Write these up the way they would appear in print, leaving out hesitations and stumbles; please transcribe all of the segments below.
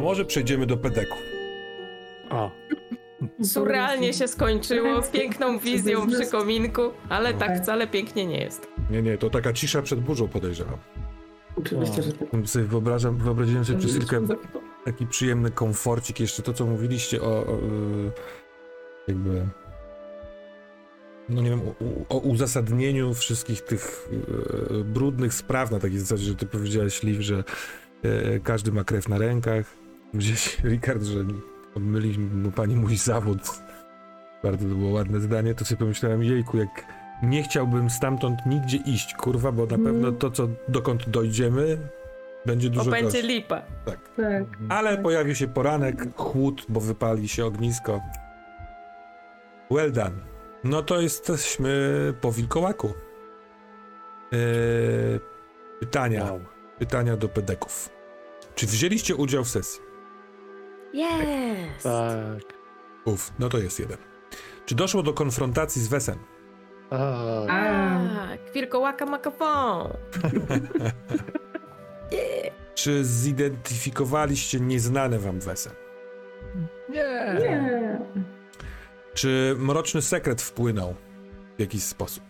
może przejdziemy do pedeków. O. Surrealnie się skończyło, z piękną wizją przy kominku, ale tak wcale pięknie nie jest. Nie, to taka cisza przed burzą, podejrzewam. Oczywiście, że tak. Sobie wyobraziłem sobie przez chwilkę taki przyjemny komforcik, jeszcze to, co mówiliście o jakby, no nie wiem, o uzasadnieniu wszystkich tych brudnych spraw na takiej zasadzie, że ty powiedziałeś, Liv, że każdy ma krew na rękach. Gdzieś Rikard, że myli mu pani mój zawód. Bardzo to było ładne zdanie, to sobie pomyślałem, jejku, jak nie chciałbym stamtąd nigdzie iść, kurwa, bo na pewno to, dokąd dojdziemy, będzie dużo Będzie gorsze. lipa. Tak. Tak. Ale pojawi się poranek, chłód, bo wypali się ognisko. Well done. No to jesteśmy po wilkołaku. Pytania. Wow. Pytania do pedeków. Czy wzięliście udział w sesji? Jest! Tak. No to jest jeden. Czy doszło do konfrontacji z Wesem? Tak. Tak, wilkołaka makafon. Czy zidentyfikowaliście nieznane wam Wesy? Nie. Nie. Czy mroczny sekret wpłynął w jakiś sposób?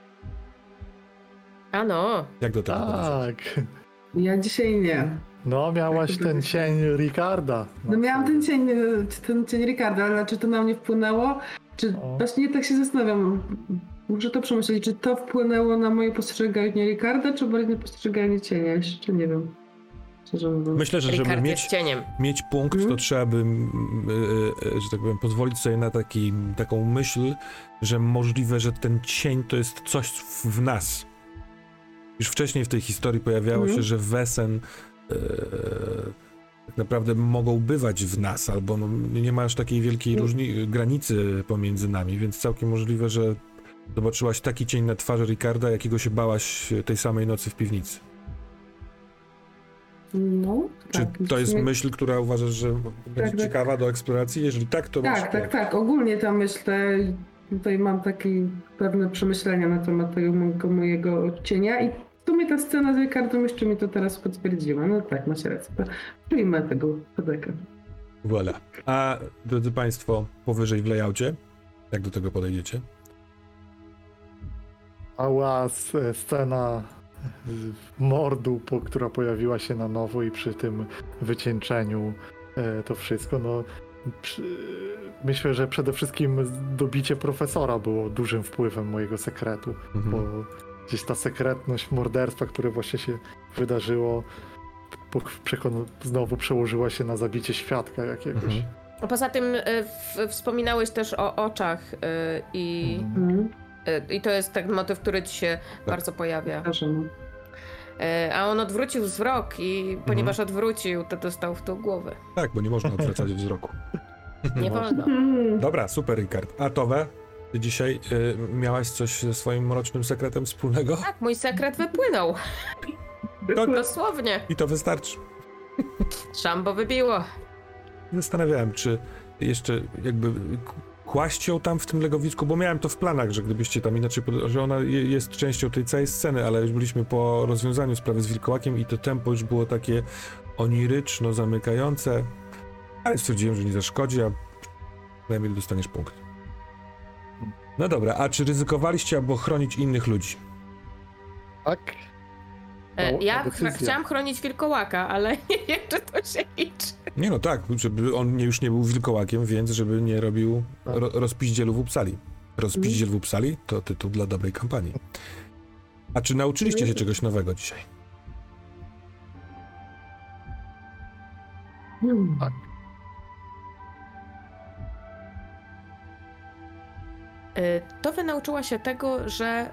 Ano, Jak do tego podeszłeś? Tak. Ja dzisiaj nie. No, miałaś ten cień Ricarda. No miałam ten cień Ricarda, ale czy to na mnie wpłynęło? Czy O. właśnie tak się zastanawiam. Muszę to przemyśleć, czy to wpłynęło na moje postrzeganie Ricarda, czy bardziej na postrzeganie cienia? Jeszcze nie wiem. Szczerze mówiąc. Myślę, że żeby Rikard jest cieniem. mieć punkt, to trzeba by, że tak powiem, pozwolić sobie na taką myśl, że możliwe, że ten cień to jest coś w nas. Już wcześniej w tej historii pojawiało się, że Wesen tak naprawdę mogą bywać w nas, albo no, nie ma aż takiej wielkiej granicy pomiędzy nami, więc całkiem możliwe, że zobaczyłaś taki cień na twarzy Ricarda, jakiego się bałaś tej samej nocy w piwnicy. No, Czy tak. to jest W sumie- myśl, która uważasz, że będzie tak. ciekawa do eksploracji? Jeżeli tak, to masz Tak. Ogólnie tam myślę, tutaj mam takie pewne przemyślenia na temat tego mojego cienia i w sumie ta scena z Ricardą jeszcze mi to teraz potwierdziła. No tak, masz rację. Przyjmę tego pedeka. Voilà. A drodzy Państwo, powyżej w layoutie, jak do tego podejdziecie? Cała scena mordu, która pojawiła się na nowo i przy tym wycieńczeniu to wszystko, no myślę, że przede wszystkim dobicie profesora było dużym wpływem mojego sekretu, bo gdzieś ta sekretność morderstwa, które właśnie się wydarzyło, znowu przełożyła się na zabicie świadka jakiegoś. A poza tym wspominałeś też o oczach i to jest ten motyw, który ci się bardzo pojawia. A on odwrócił wzrok i ponieważ odwrócił, to dostał w tą głowę. Tak, bo nie można odwracać wzroku. Nie wolno. Dobra, super, Rikard. A Tove, ty dzisiaj miałaś coś ze swoim mrocznym sekretem wspólnego? Tak, mój sekret wypłynął. Dosłownie. I to wystarczy. Szambo wybiło. Zastanawiałem, czy jeszcze jakby kłaść ją tam w tym legowisku, bo miałem to w planach, że gdybyście tam inaczej, że ona jest częścią tej całej sceny, ale już byliśmy po rozwiązaniu sprawy z wilkołakiem i to tempo już było takie oniryczno zamykające, ale stwierdziłem, że nie zaszkodzi, a przynajmniej dostaniesz punkt. No dobra, a czy ryzykowaliście, aby chronić innych ludzi? Tak. Ja chciałam chronić wilkołaka, ale nie wiem, czy to się liczy. Nie no tak, żeby on już nie był wilkołakiem, więc żeby nie robił rozpiździelu w Uppsali. Rozpiździel w Uppsali to tytuł dla dobrej kampanii. A czy nauczyliście się czegoś nowego dzisiaj? Tak. Tove nauczyła się tego, że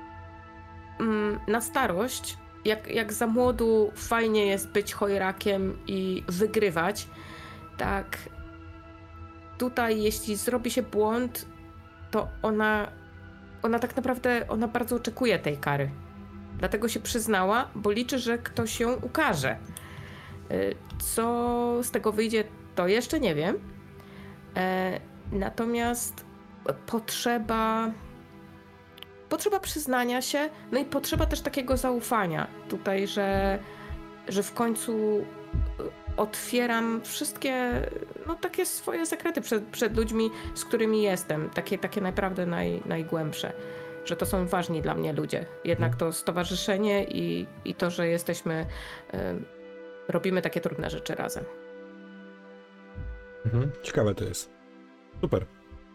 na starość, jak za młodu fajnie jest być chojrakiem i wygrywać, tak tutaj jeśli zrobi się błąd, to ona tak naprawdę, ona bardzo oczekuje tej kary. Dlatego się przyznała, bo liczy, że ktoś ją ukaże. Co z tego wyjdzie, to jeszcze nie wiem. Natomiast potrzeba przyznania się, no i potrzeba też takiego zaufania tutaj, że w końcu otwieram wszystkie, no takie swoje sekrety przed ludźmi, z którymi jestem. Takie naprawdę najgłębsze. Że to są ważni dla mnie ludzie. Jednak to stowarzyszenie i to, że jesteśmy, robimy takie trudne rzeczy razem. Ciekawe to jest. Super.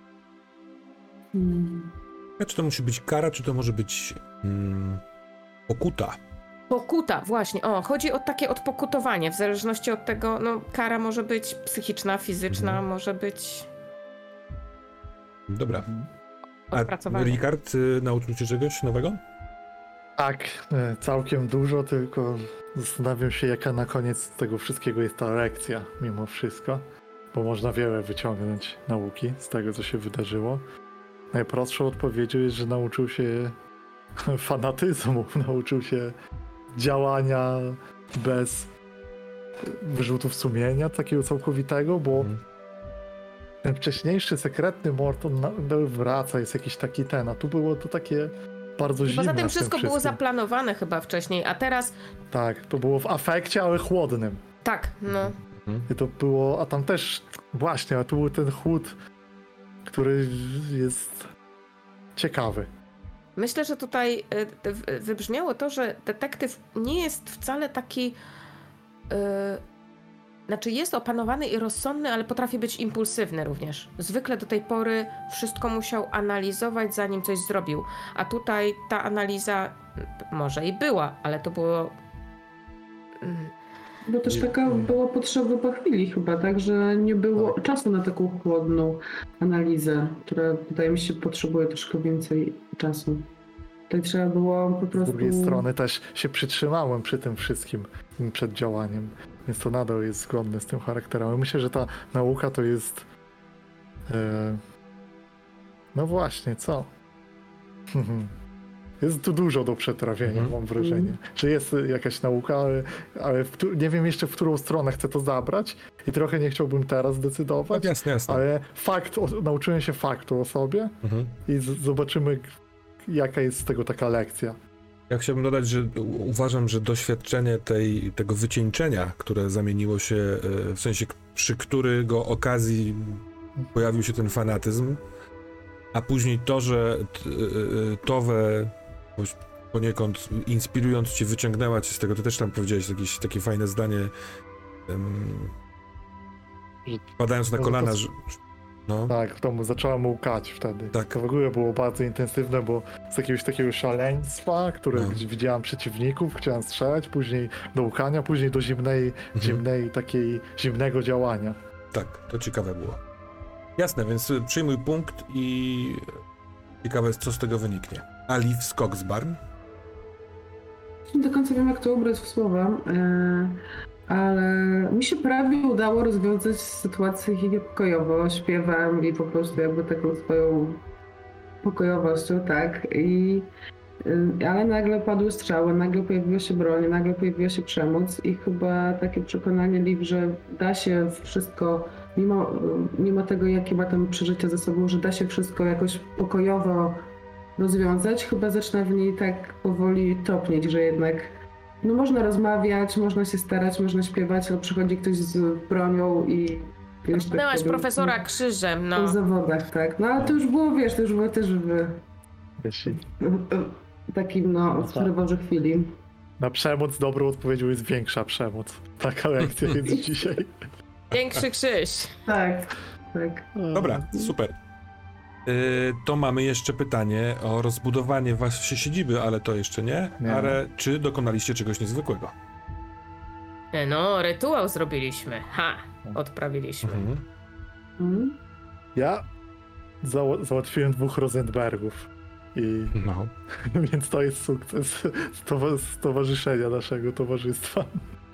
A czy to musi być kara, czy to może być pokuta? Pokuta, właśnie. O, chodzi o takie odpokutowanie. W zależności od tego, no kara może być psychiczna, fizyczna, może być Dobra. A odpracowanie. Rikard, nauczył cię czegoś nowego? Tak, całkiem dużo, tylko zastanawiam się, jaka na koniec tego wszystkiego jest ta lekcja, mimo wszystko. Bo można wiele wyciągnąć nauki z tego, co się wydarzyło. Najprostszą odpowiedzią jest, że nauczył się fanatyzmu, nauczył się działania bez wyrzutów sumienia, takiego całkowitego, bo ten wcześniejszy, sekretny mord, on wraca, jest jakiś taki ten, a tu było to takie bardzo zimne. Poza tym w wszystko było zaplanowane chyba wcześniej, a teraz... Tak, to było w afekcie, ale chłodnym. Tak, no. I to było, a tam też, właśnie, a tu był ten chłód, który jest ciekawy. Myślę, że tutaj wybrzmiało to, że detektyw nie jest wcale taki... Znaczy jest opanowany i rozsądny, ale potrafi być impulsywny również. Zwykle do tej pory wszystko musiał analizować, zanim coś zrobił. A tutaj ta analiza może i była, ale to było... Bo też taka była potrzeba po chwili chyba, tak? Że nie było czasu na taką chłodną analizę, która wydaje mi się potrzebuje troszkę więcej czasu. Tutaj trzeba było po prostu... Z drugiej strony też się przytrzymałem przy tym wszystkim przed działaniem, więc to nadal jest zgodne z tym charakterem. Ale myślę, że ta nauka to jest... No właśnie, co? Jest tu dużo do przetrawienia, mam wrażenie. Czy jest jakaś nauka, ale nie wiem jeszcze, w którą stronę chcę to zabrać i trochę nie chciałbym teraz decydować. Jasne. Ale nauczyłem się faktu o sobie i zobaczymy, jaka jest z tego taka lekcja. Ja chciałbym dodać, że uważam, że doświadczenie tego wycieńczenia, które zamieniło się, w sensie przy którego okazji pojawił się ten fanatyzm, a później to, że Tove poniekąd inspirując cię, wyciągnęła cię z tego, ty też tam powiedziałeś jakieś takie fajne zdanie, padając na kolana, że... No. Tak, w domu zacząłem łkać wtedy. Tak. To w ogóle było bardzo intensywne, bo z jakiegoś takiego szaleństwa, które widziałem przeciwników, chciałem strzelać, później do łkania, później do zimnego działania. Tak, to ciekawe było. Jasne, więc przyjmuj punkt i ciekawe jest, co z tego wyniknie. A Liv Skogsbarn? Nie do końca wiem, jak to ubrać w słowa, ale mi się prawie udało rozwiązać sytuację pokojowo, śpiewem i po prostu jakby taką swoją pokojowością, tak. Ale nagle padły strzały, nagle pojawiła się broń, nagle pojawiła się przemoc i chyba takie przekonanie Liv, że da się wszystko, mimo tego, jakie ma tam przeżycia ze sobą, że da się wszystko jakoś pokojowo rozwiązać, chyba zaczyna w niej tak powoli topnieć, że jednak no można rozmawiać, można się starać, można śpiewać, ale przychodzi ktoś z bronią i... Pchnęłaś profesora krzyżem, no. W zawodach, tak. No ale to już było, wiesz, to już było też w takim, no, w ferworze chwili. Na przemoc dobrą odpowiedzią jest większa przemoc. Taka lekcja jest dzisiaj. Większy krzyż. Tak. Dobra, super. To mamy jeszcze pytanie o rozbudowanie waszej siedziby, ale to jeszcze nie. Ale czy dokonaliście czegoś niezwykłego? No, rytuał zrobiliśmy. Odprawiliśmy. Ja załatwiłem 2 Rosenbergów. Więc to jest sukces stowarzyszenia naszego towarzystwa.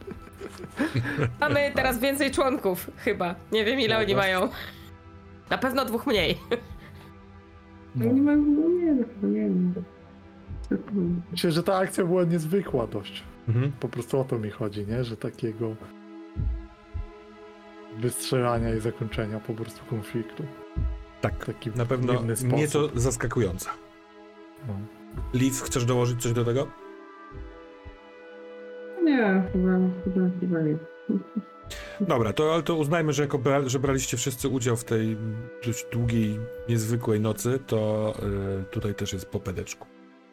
Mamy teraz więcej członków, chyba. Nie wiem, ile oni mają. Na pewno 2 mniej. Nie wiem. Myślę, że ta akcja była niezwykła dość. Po prostu o to mi chodzi, nie? Że takiego wystrzelania i zakończenia po prostu konfliktu. Tak, taki na pewno nieco zaskakująca. Liv, chcesz dołożyć coś do tego? Nie, chyba nie. Dobra, ale to uznajmy, że że braliście wszyscy udział w tej dość długiej, niezwykłej nocy, to tutaj też jest po pedeczku.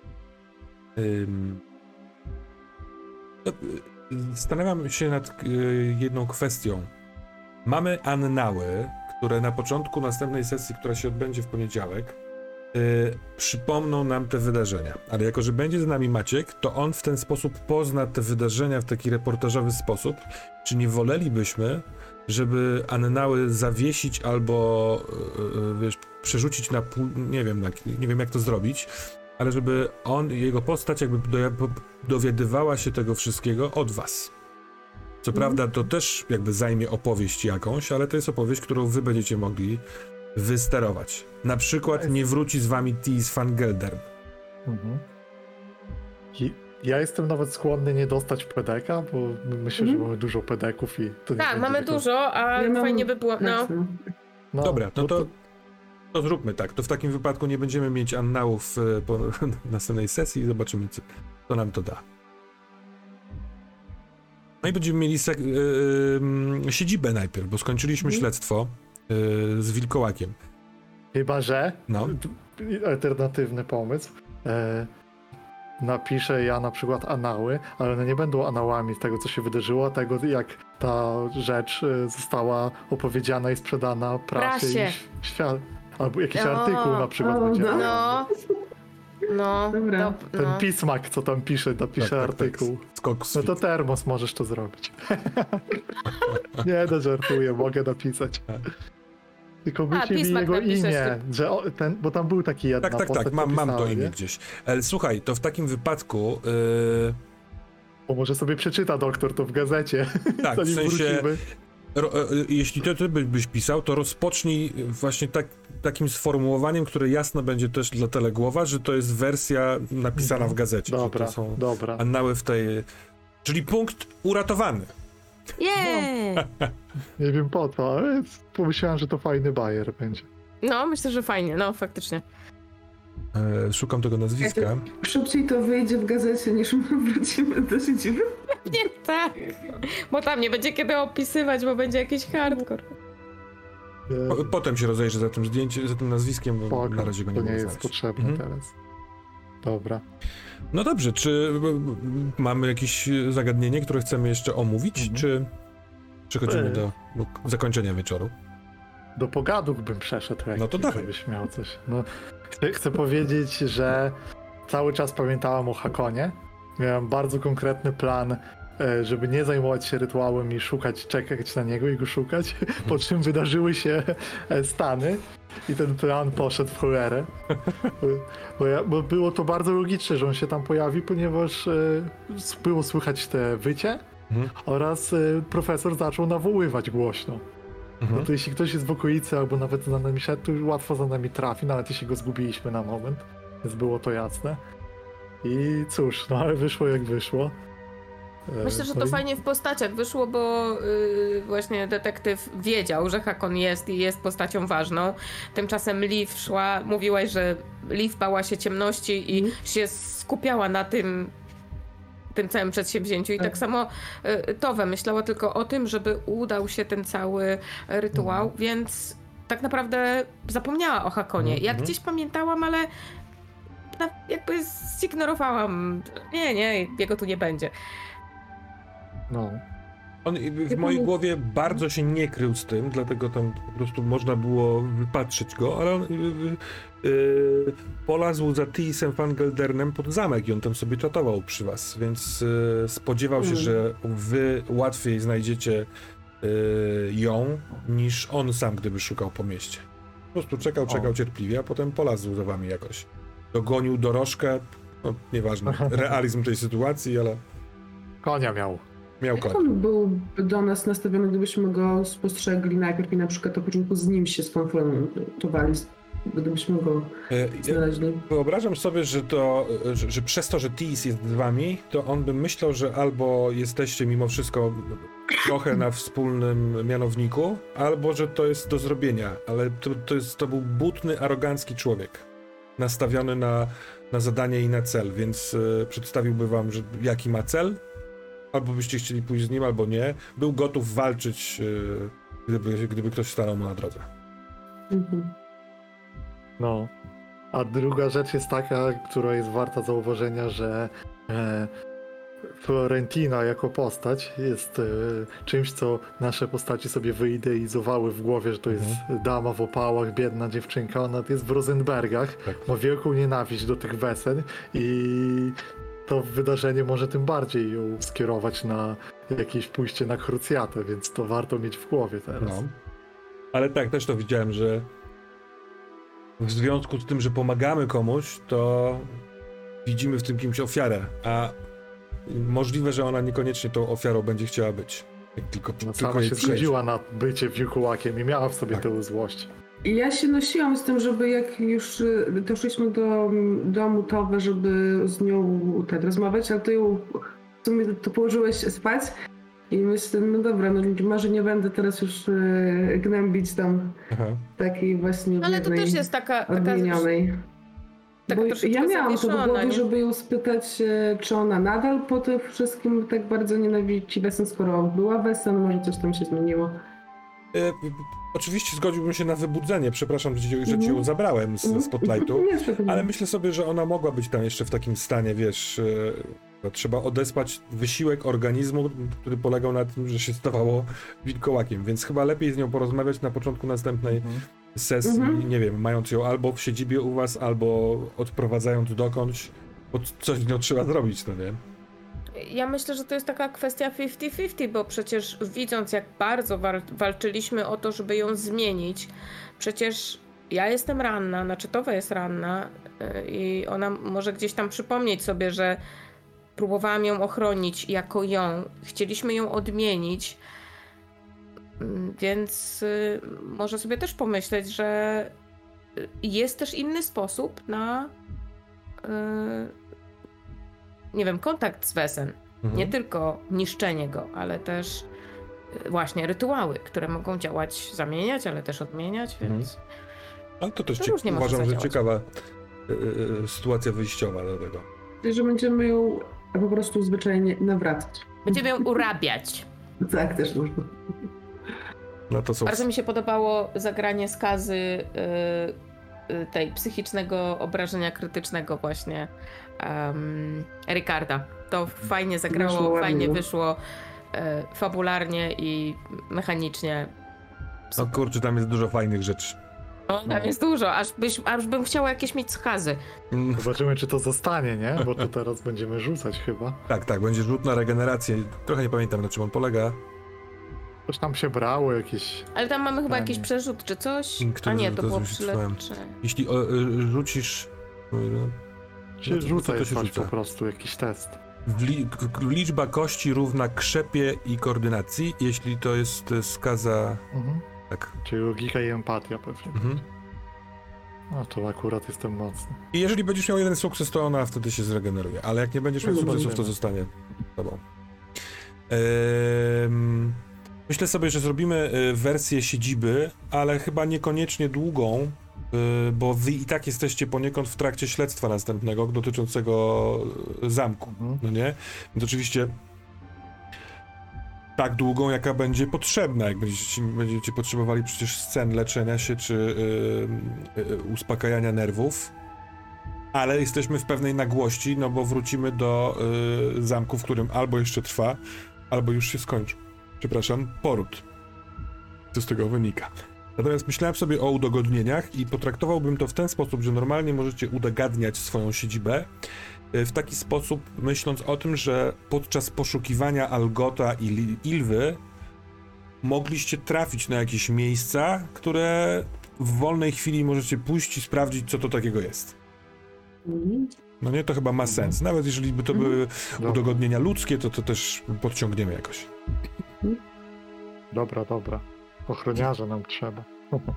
Zastanawiam się nad jedną kwestią. Mamy annały, które na początku następnej sesji, która się odbędzie w poniedziałek, przypomną nam te wydarzenia. Ale jako, że będzie z nami Maciek, to on w ten sposób pozna te wydarzenia w taki reportażowy sposób. Czy nie wolelibyśmy, żeby annały zawiesić albo wiesz, przerzucić na pół, nie wiem jak to zrobić, ale żeby jego postać jakby dowiadywała się tego wszystkiego od was. Co prawda to też jakby zajmie opowieść jakąś, ale to jest opowieść, którą wy będziecie mogli wysterować. Na przykład nie wróci z wami Thies van Geldern. Ja jestem nawet skłonny nie dostać pedeka, bo myślę, że mamy dużo pedeków i to nie Tak, będzie mamy tylko... dużo, a fajnie by było, no. No, Dobra, no to zróbmy tak. To w takim wypadku nie będziemy mieć annałów po następnej sesji i zobaczymy, co nam to da. No i będziemy mieli siedzibę najpierw, bo skończyliśmy śledztwo z wilkołakiem. Chyba że No. alternatywny pomysł. Napiszę ja na przykład anały, ale one nie będą anałami z tego, co się wydarzyło, a tego, jak ta rzecz została opowiedziana i sprzedana prasie i świat. Albo jakiś artykuł na przykład będzie. No, Dobra. Ten pismak, co tam pisze, napisze artykuł. Skok z No to termos możesz to zrobić. Nie, no żartuję, mogę napisać. Tylko musi mi jego imię, że bo tam był taki jedna postać. Tak, mam to imię nie? gdzieś. Słuchaj, to w takim wypadku... Bo może sobie przeczyta doktor to w gazecie. Tak, w sensie... wrócimy. Jeśli ty byś pisał, to rozpocznij właśnie takim sformułowaniem, które jasno będzie też dla Teległowa, że to jest wersja napisana w gazecie. Dobra, że to są dobra. annały w tej... Czyli punkt uratowany. Jej! Nie wiem po co, ale pomyślałem, że to fajny bajer będzie. No, myślę, że fajnie, no faktycznie. Szukam tego nazwiska. Szybciej to wyjdzie w gazecie, niż my wrócimy do siedziby. Nie tak, bo tam nie będzie kiedy opisywać, bo będzie jakiś hardcore. Potem się rozejrzę za tym zdjęciem, za tym nazwiskiem, bo Spoko, na razie go nie to mogę nie jest znaleźć. potrzebne teraz. Dobra. No dobrze, czy mamy jakieś zagadnienie, które chcemy jeszcze omówić, czy przechodzimy do zakończenia wieczoru? Do pogadów bym przeszedł, jak No to dawaj. byś miał coś. No, chcę powiedzieć, że cały czas pamiętałem o Hakonie. Miałem bardzo konkretny plan, żeby nie zajmować się rytuałem i czekać na niego i go szukać, po czym wydarzyły się stany i ten plan poszedł w cholerę. Bo było to bardzo logiczne, że on się tam pojawi, ponieważ było słychać te wycie oraz profesor zaczął nawoływać głośno. No to jeśli ktoś jest w okolicy albo nawet za nami szedł, to już łatwo za nami trafi, nawet jeśli go zgubiliśmy na moment, więc było to jasne. I cóż, no ale wyszło jak wyszło. Myślę, że to fajnie w postaciach wyszło, bo właśnie detektyw wiedział, że Hakon jest i jest postacią ważną. Tymczasem Liv szła, mówiłaś, że Liv bała się ciemności i się skupiała na tym całym przedsięwzięciu. I tak samo Tove myślała tylko o tym, żeby udał się ten cały rytuał, więc tak naprawdę zapomniała o Hakonie. Ja gdzieś pamiętałam, ale jakby zignorowałam. Nie, jego tu nie będzie. No. On w mojej głowie bardzo się nie krył z tym, dlatego tam po prostu można było wypatrzyć go, ale on polazł za Thiesem van Geldernem pod zamek i on tam sobie czatował przy was, więc spodziewał się, że wy łatwiej znajdziecie ją niż on sam, gdyby szukał po mieście. Po prostu czekał cierpliwie, a potem polazł za wami jakoś. Dogonił dorożkę, no nieważne, realizm tej sytuacji, ale Konia miał. miał Jak koń. on byłby do nas nastawiony, gdybyśmy go spostrzegli najpierw i na przykład na początku z nim się skonfrontowali, gdybyśmy go znaleźli? Wyobrażam sobie, że przez to, że Thies jest z wami, to on by myślał, że albo jesteście mimo wszystko trochę na wspólnym mianowniku, albo że to jest do zrobienia, ale to był butny, arogancki człowiek, nastawiony na zadanie i na cel, więc przedstawiłby wam, jaki ma cel, albo byście chcieli pójść z nim, albo nie. Był gotów walczyć, gdyby ktoś stanął mu na drodze. Mhm. No. A druga rzecz jest taka, która jest warta zauważenia, że Florentina jako postać jest czymś, co nasze postaci sobie wyidealizowały w głowie, że to jest dama w opałach, biedna dziewczynka. Ona jest w Rosenbergach, Tak. ma wielką nienawiść do tych wesel i to wydarzenie może tym bardziej ją skierować na jakieś pójście na krucjatę, więc to warto mieć w głowie teraz. No. Ale tak, też to widziałem, że w związku z tym, że pomagamy komuś, to widzimy w tym kimś ofiarę, a możliwe, że ona niekoniecznie tą ofiarą będzie chciała być. Jak tylko Sama jej się przyjdzie. zgodziła na bycie wilkołakiem i miała w sobie Tak. tę złość. I ja się nosiłam z tym, żeby jak już doszliśmy do domu Towe, żeby z nią rozmawiać, a ty ją w sumie to położyłeś spać i myślę, no dobra, no może nie będę teraz już gnębić tam Aha. takiej właśnie Ale to biednej, też jest taka odmienionej. taka Bo troszeczkę ja miałam to w zawieszona, głowie, nie? żeby ją spytać, czy ona nadal po tym wszystkim tak bardzo nienawidzi Wesen, skoro była Wesen, może coś tam się zmieniło. Oczywiście zgodziłbym się na wybudzenie. Przepraszam, że ci ją zabrałem ze spotlightu, Nie, spokojnie. ale myślę sobie, że ona mogła być tam jeszcze w takim stanie, wiesz, trzeba odespać wysiłek organizmu, który polegał na tym, że się stawało wilkołakiem, więc chyba lepiej z nią porozmawiać na początku następnej sesji, nie wiem, mając ją albo w siedzibie u was, albo odprowadzając dokądś, bo coś z nią trzeba zrobić, no nie? Ja myślę, że to jest taka kwestia 50-50, bo przecież widząc, jak bardzo walczyliśmy o to, żeby ją zmienić, przecież ja jestem ranna, znaczy Towa jest ranna i ona może gdzieś tam przypomnieć sobie, że próbowałam ją ochronić jako ją, chcieliśmy ją odmienić, więc może sobie też pomyśleć, że jest też inny sposób na nie wiem, kontakt z Wesen. Nie tylko niszczenie go, ale też właśnie rytuały, które mogą działać, zamieniać, ale też odmieniać, więc... Ale to też To różnie może uważam, że zadziałać. ciekawa sytuacja wyjściowa do tego. Że będziemy ją po prostu zwyczajnie nawracać. Będziemy ją urabiać. Tak, też można. No to są... Bardzo mi się podobało zagranie skazy tej psychicznego obrażenia krytycznego właśnie Ricarda. To fajnie zagrało, Wyszło fajnie ładnie. wyszło fabularnie i mechanicznie. No kurczę, tam jest dużo fajnych rzeczy. No, tam jest dużo, aż bym chciała jakieś mieć skazy. Zobaczymy, czy to zostanie, nie? Bo to teraz będziemy rzucać chyba. Tak, będzie rzut na regenerację. Trochę nie pamiętam, na czym on polega. Coś tam się brało, jakieś... Ale tam mamy chyba Fajnie. jakiś przerzut czy coś? Który A nie, rzut to to było zrzuciłem? przyleczenie. Jeśli rzucisz... Się rzuca to jest się coś rzuca. po prostu, jakiś test. Liczba kości równa krzepie i koordynacji, jeśli to jest skaza... Tak. Czyli logika i empatia pewnie. No to akurat jestem mocny. I jeżeli będziesz miał jeden sukces, to ona wtedy się zregeneruje, ale jak nie będziesz miał sukcesów, to Zobaczymy. zostanie z tobą. Myślę sobie, że zrobimy wersję siedziby, ale chyba niekoniecznie długą, bo wy i tak jesteście poniekąd w trakcie śledztwa następnego dotyczącego zamku, no nie? Więc oczywiście tak długą, jaka będzie potrzebna, jak będziecie potrzebowali przecież scen leczenia się czy uspokajania nerwów, ale jesteśmy w pewnej nagłości, no bo wrócimy do zamku, w którym albo jeszcze trwa, albo już się skończył. Przepraszam, poród. Co z tego wynika. Natomiast myślałem sobie o udogodnieniach i potraktowałbym to w ten sposób, że normalnie możecie udogadniać swoją siedzibę w taki sposób, myśląc o tym, że podczas poszukiwania Algota i Ilwy mogliście trafić na jakieś miejsca, które w wolnej chwili możecie pójść i sprawdzić, co to takiego jest. No nie, to chyba ma sens. Nawet jeżeli by to były udogodnienia ludzkie, to też podciągniemy jakoś. Dobra. Ochroniarza nam trzeba.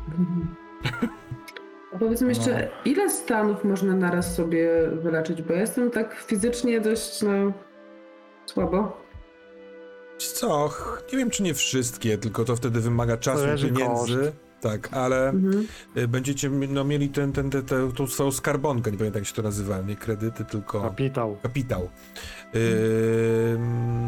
A powiedzmy jeszcze, ile stanów można naraz sobie wyleczyć? Bo ja jestem tak fizycznie dość, słabo. Co? Nie wiem, czy nie wszystkie, tylko to wtedy wymaga czasu i Zależy pieniędzy. koszt. Tak, ale będziecie mieli tą swoją skarbonkę, nie pamiętam jak się to nazywa, nie kredyty, tylko Kapitał. kapitał.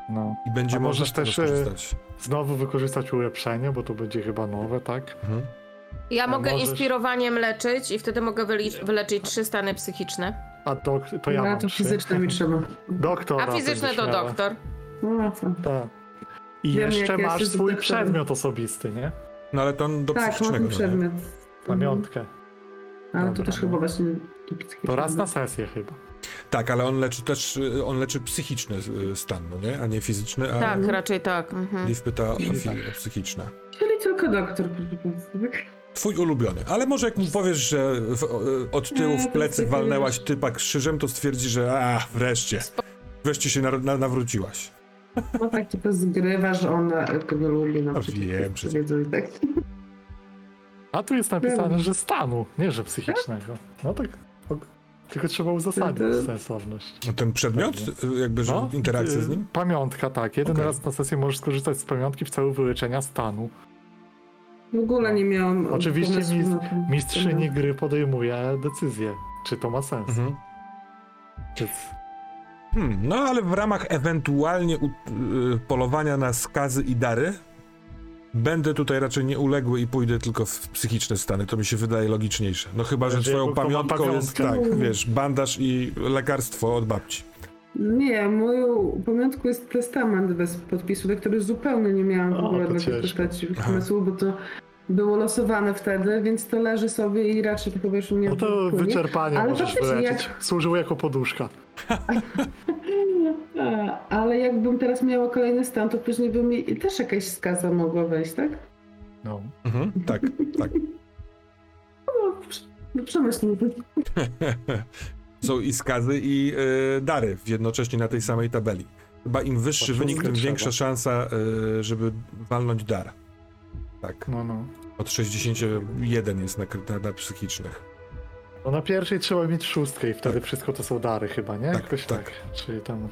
No. I będzie A można możesz z tego też, skorzystać. Znowu wykorzystać ulepszenie, bo to będzie chyba nowe, tak? Mhm. Ja A mogę możesz- inspirowaniem leczyć i wtedy mogę wyleczyć 3 stany psychiczne. A to ja No, mam to 3. fizyczne mi trzeba. Doktora A fizyczne będziesz to miała. doktor. No co? Tak. I Wiem, jeszcze jak masz jesteś swój doktorem. przedmiot osobisty, nie? No ale to do Tak, mam psychicznego, ten no nie? przedmiot. Pamiątkę. Ale to Dobra, też no. chyba właśnie... To raz na sesję chyba. Tak, ale on leczy też, on leczy psychiczny stan, no nie? A nie fizyczny, a Tak, raczej tak. Mhm. Liv pyta o Tak. psychiczne. Czyli tylko doktor, proszę państwa, tak? Twój ulubiony, ale może jak mu powiesz, że od tyłu Nie, w to plecy jest walnęłaś taki, typa krzyżem, to stwierdzi, że wreszcie się nawróciłaś. No tak, tylko zgrywa, że ona go lubi na No przykład. wiem, że- Wiedzą i tak. A tu jest napisane, że stanu, nie że psychicznego. No tak. Tylko trzeba uzasadnić To- sensowność. No ten przedmiot, jakby, że interakcja z nim? Pamiątka, tak. Jeden Okej. raz na sesję możesz skorzystać z pamiątki w celu wyleczenia stanu. W ogóle nie miałam Oczywiście pomysłu na to. Mistrzyni gry podejmuje decyzję, czy to ma sens. Mhm. Więc No ale w ramach ewentualnie polowania na skazy i dary będę tutaj raczej nieuległy i pójdę tylko w psychiczne stany. To mi się wydaje logiczniejsze. No chyba, że Będzie twoją jako pamiątką jest, pamiątka. tak, wiesz, bandaż i lekarstwo od babci. Nie, moją pamiątką jest testament bez podpisu, na który zupełnie nie miałam w O, ogóle to dla tego ciężko. pytać pomysłu, bo to było losowane wtedy, więc to leży sobie i raczej to chyba już nie no to wpłynie. wyczerpanie Ale możesz faktycznie, wyleczyć. Służył jako poduszka. Ale jakbym teraz miała kolejny stan, to później by mi też jakaś skaza mogła wejść, tak? No. Mhm, tak, tak. No, przemyślmy to. Są i skazy, i dary jednocześnie na tej samej tabeli. Chyba im wyższy Patrząc, wynik, tym nie większa trzeba. szansa, żeby walnąć dar. Tak. No. Od 61 jest na psychicznych. No na pierwszej trzeba mieć 6 i wtedy wszystko to są dary chyba, nie? Tak, Jakoś tak. tak. Czyli tam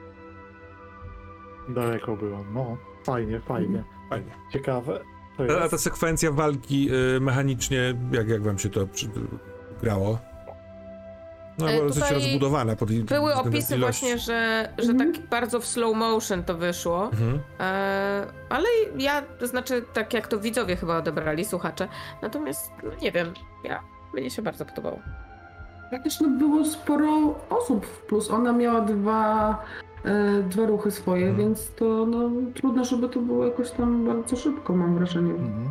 daleko było. No, fajnie. Fajnie. Ciekawe. To A jest. ta sekwencja walki mechanicznie, jak wam się to grało? No była dosyć Tutaj rozbudowana pod Były względem opisy ilości. właśnie, że tak bardzo w slow motion to wyszło. Mhm. Ale ja, to znaczy tak jak to widzowie chyba odebrali, słuchacze. Natomiast, no nie wiem, mnie się bardzo podobało. Przecież no było sporo osób w plus. Ona miała dwa ruchy swoje, więc to no, trudno, żeby to było jakoś tam bardzo szybko, mam wrażenie. Mhm.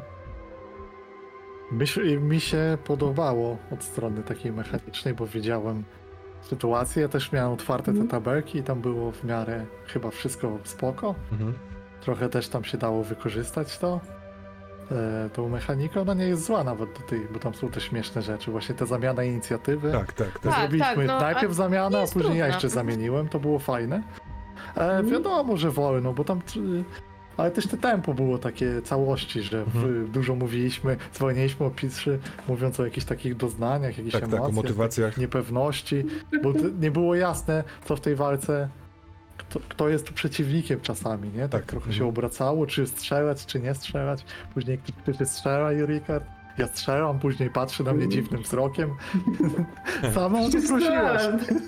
Mi się podobało od strony takiej mechanicznej, bo widziałem sytuację. Ja też miałem otwarte te tabelki i tam było w miarę chyba wszystko spoko. Mhm. Trochę też tam się dało wykorzystać to. Tą mechanikę, ona nie jest zła nawet do tej, bo tam są te śmieszne rzeczy. Właśnie ta zamiana inicjatywy. Tak. Tak, Zrobiliśmy no, najpierw zamianę, a jest później ja trudna. jeszcze zamieniłem, to było fajne. Wiadomo, że wolno, bo tam... Ale też to tempo było takie całości, że dużo mówiliśmy, dzwoniliśmy o piszy, mówiąc o jakichś takich doznaniach, jakichś Tak, o emocjach, motywacjach. niepewności, bo nie było jasne, co w tej walce, kto jest tu przeciwnikiem czasami, nie? Tak trochę się obracało, czy strzelać, czy nie strzelać. Później ktoś strzela i Rikard. Ja strzelam, później patrzy na mnie dziwnym wzrokiem. Sama o to prosiłaś.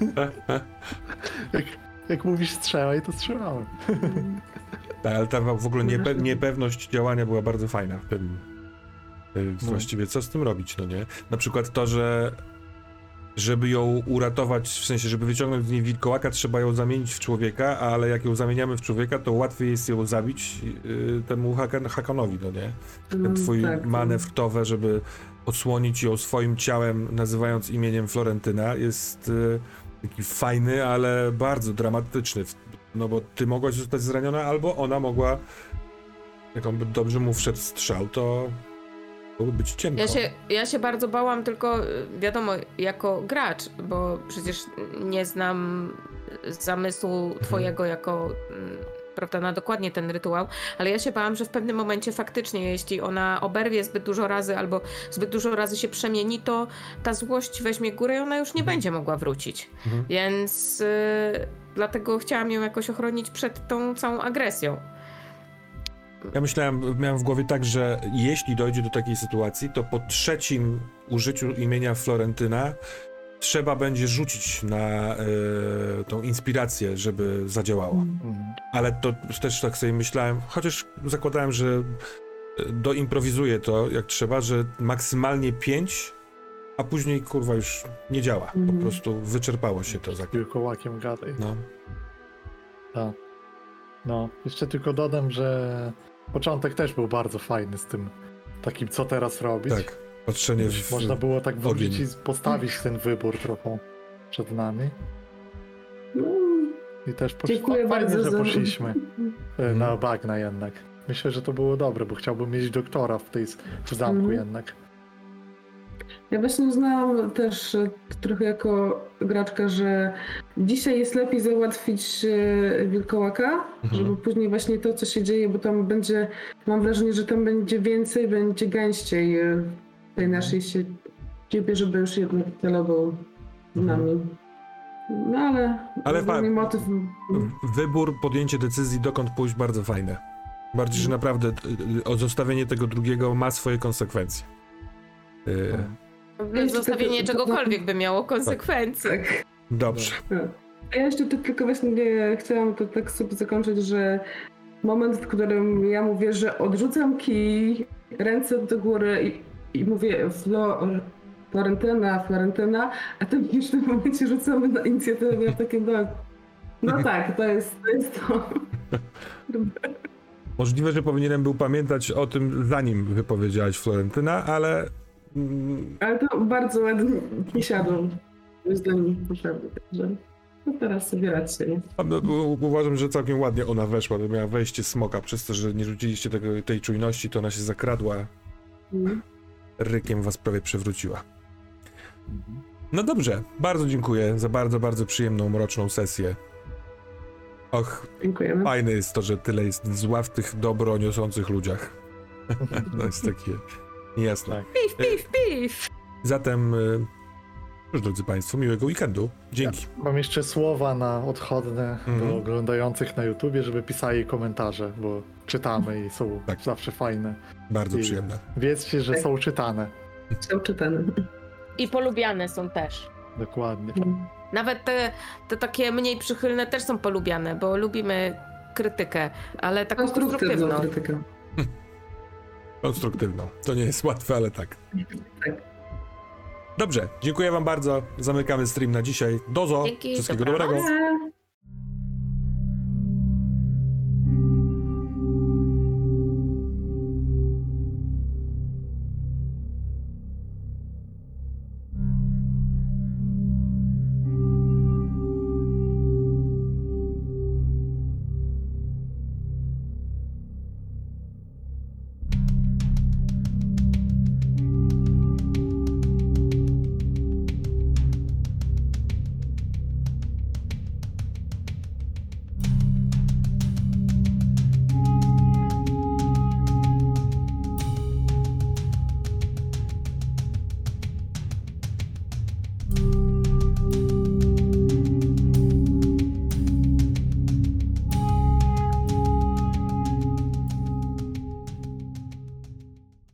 Jak mówisz strzelaj, to strzelałem. Tak, ale ta w ogóle niepewność działania była bardzo fajna w tym. Właściwie co z tym robić, no nie? Na przykład to, że żeby ją uratować, w sensie, żeby wyciągnąć z niej wilkołaka, trzeba ją zamienić w człowieka, ale jak ją zamieniamy w człowieka, to łatwiej jest ją zabić temu Hakonowi, no nie? Ten twój tak. manewr Tove, żeby odsłonić ją swoim ciałem, nazywając imieniem Florentyna, jest taki fajny, ale bardzo dramatyczny. No bo ty mogłaś zostać zraniona, albo ona mogła, jak on by dobrze mu wszedł strzał, to mogło być cienko. Ja się bardzo bałam, tylko wiadomo, jako gracz, bo przecież nie znam zamysłu twojego jako, prawda, na dokładnie ten rytuał, ale ja się bałam, że w pewnym momencie faktycznie, jeśli ona oberwie zbyt dużo razy albo zbyt dużo razy się przemieni, to ta złość weźmie górę i ona już nie będzie mogła wrócić. Więc dlatego chciałam ją jakoś ochronić przed tą całą agresją. Ja miałem w głowie tak, że jeśli dojdzie do takiej sytuacji, to po trzecim użyciu imienia Florentyna trzeba będzie rzucić na tą inspirację, żeby zadziałało. Ale to też tak sobie myślałem, chociaż zakładałem, że doimprowizuję to jak trzeba, że maksymalnie 5, a później kurwa już nie działa. Po prostu wyczerpało się to. Wilkołakiem gadaj. No. Tak. No, jeszcze tylko dodam, że początek też był bardzo fajny z tym takim, co teraz robić. Tak, patrzenie w Można było tak wrócić ogień. i postawić ten wybór trochę przed nami. No, I też dziękuję fajnie, bardzo że za... poszliśmy na bagna jednak. Myślę, że to było dobre, bo chciałbym mieć doktora w zamku jednak. Ja właśnie uznałam też trochę jako graczka, że dzisiaj jest lepiej załatwić wilkołaka, żeby później właśnie to, co się dzieje, bo tam będzie, mam wrażenie, że tam będzie więcej, będzie gęściej tej naszej siebie, żeby już jednak celował z nami. No ale główny motyw... Wybór, podjęcie decyzji, dokąd pójść, bardzo fajne. Bardziej, że naprawdę zostawienie tego drugiego ma swoje konsekwencje. Zostawienie czegokolwiek by miało konsekwencje. Tak. Dobrze. A ja jeszcze tylko właśnie chciałam to tak sobie zakończyć, że moment, w którym ja mówię, że odrzucam kij, ręce do góry i mówię Florentyna, a ty już w tym momencie rzucamy na inicjatywę, ja takie no tak, to jest to. Możliwe, że powinienem był pamiętać o tym, zanim wypowiedziałaś Florentyna, ale... Ale to bardzo ładnie nie siadło. Zdaniem naprawdę, także no teraz sobie radźcie. Nie? Uważam, że całkiem ładnie ona weszła, to miała wejście smoka, przez to, że nie rzuciliście tej czujności, to ona się zakradła. Rykiem was prawie przewróciła. No dobrze, bardzo dziękuję za bardzo, bardzo przyjemną, mroczną sesję. Och, Dziękujemy. fajne jest to, że tyle jest zła w tych dobro niosących ludziach. To jest takie jasne. Tak. Pif. Zatem, już drodzy Państwo, miłego weekendu. Dzięki. Mam jeszcze słowa na odchodne do oglądających na YouTubie, żeby pisali komentarze, bo czytamy i są Tak. zawsze fajne. Bardzo I przyjemne. Wiedzcie, że Tak. są czytane. Są czytane. I polubiane są też. Dokładnie. Nawet te takie mniej przychylne też są polubiane, bo lubimy krytykę, ale taką konstruktywną. krytykę. Konstruktywną. To nie jest łatwe, ale tak. Tak. Dobrze, dziękuję wam bardzo. Zamykamy stream na dzisiaj. Dozo. Dzięki, Wszystkiego dobranoc. dobrego. Pa!